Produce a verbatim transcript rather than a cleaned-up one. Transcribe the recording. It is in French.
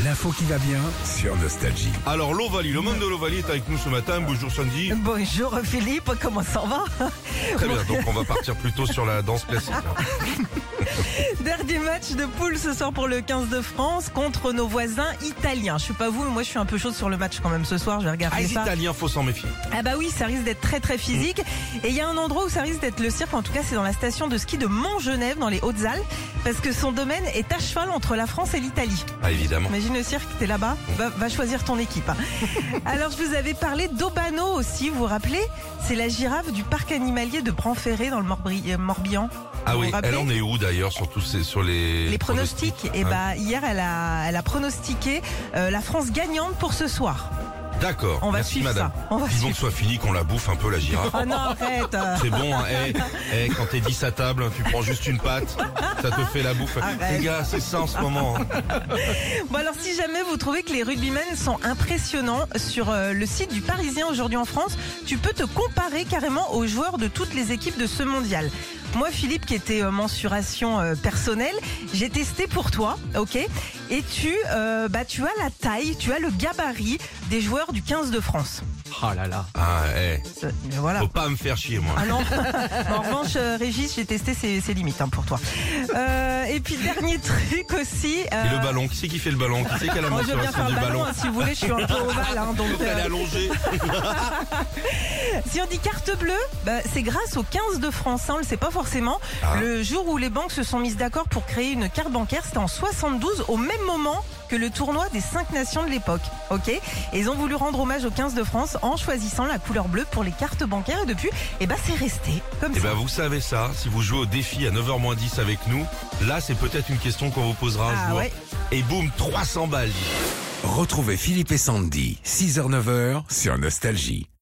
L'info qui va bien sur Nostalgie. Alors l'Ovalie, le monde de l'Ovalie est avec nous ce matin. Bonjour Sandy. Bonjour Philippe, comment ça va? Très bien, donc on va partir plutôt sur la danse classique. hein. Dernier match de poule ce soir pour le quinze de France contre nos voisins italiens. Je sais pas vous, mais moi je suis un peu chaude sur le match quand même ce soir, je vais regarder Ah, les ça. Italiens, faut s'en méfier. Ah bah oui, ça risque d'être très très physique. Et il y a un endroit où ça risque d'être le cirque, en tout cas c'est dans la station de ski de Montgenèvre dans les Hautes-Alpes, parce que son domaine est à cheval entre la France et l'Italie. Ah évidemment. Imagine le cirque, t'es là-bas, va, va choisir ton équipe. hein. Alors je vous avais parlé d'Aubano aussi, vous vous rappelez? C'est la girafe du parc animalier de Bran-Ferré dans le Morbri- euh, Morbihan. Ah Vous oui, vous rappelez elle en est où d'ailleurs sur tous ces, sur les Les pronostics. Et hein. bah hier elle a, elle a pronostiqué euh, la France gagnante pour ce soir. D'accord. On va Merci, suivre madame. ça. On va Vivons suivre. que soit fini, qu'on la bouffe un peu la girafe. Oh non, arrête. euh. C'est bon, hein. hey, hey, quand t'es dix à table, tu prends juste une patte, ça te fait la bouffe. Arrête. Les gars, c'est ça en ce moment. hein. Bon alors si jamais vous trouvez que les rugbymen sont impressionnants, sur euh, le site du Parisien aujourd'hui en France, tu peux te comparer carrément aux joueurs de toutes les équipes de ce mondial. Moi Philippe qui était euh, mensuration euh, personnelle, j'ai testé pour toi, ok? Et tu, euh, bah, tu as la taille, tu as le gabarit des joueurs du quinze de France. Oh là là. Ah, hey, Euh, Mais voilà. faut pas me faire chier moi. Ah non, en revanche, euh, Régis, j'ai testé ses, ses limites hein, pour toi. Euh, et puis dernier truc aussi. euh, Et le ballon, qui c'est qui fait le ballon? Qui c'est qui a la Moi, je veux bien mensuration faire un du ballon, ballon? hein, si vous voulez, je suis un peu ovale. Hein, donc, Donc elle est euh, allongée. si on dit carte bleue, bah, c'est grâce au quinze de France, hein, on le sait pas forcément. Ah. Le jour où les banques se sont mises d'accord pour créer une carte bancaire, c'était en soixante-douze, au même moment que le tournoi des cinq nations de l'époque. Ok. Et ils ont voulu rendre hommage au quinze de France en choisissant la couleur bleue pour les cartes bancaires. Et depuis, eh ben, c'est resté comme Et ça. ben vous savez ça, si vous jouez au défi à neuf heures moins dix avec nous, là c'est peut-être une question qu'on vous posera un Ah jour. ouais. Et boum, trois cents balles. Retrouvez Philippe et Sandy, six heures neuf heures sur Nostalgie.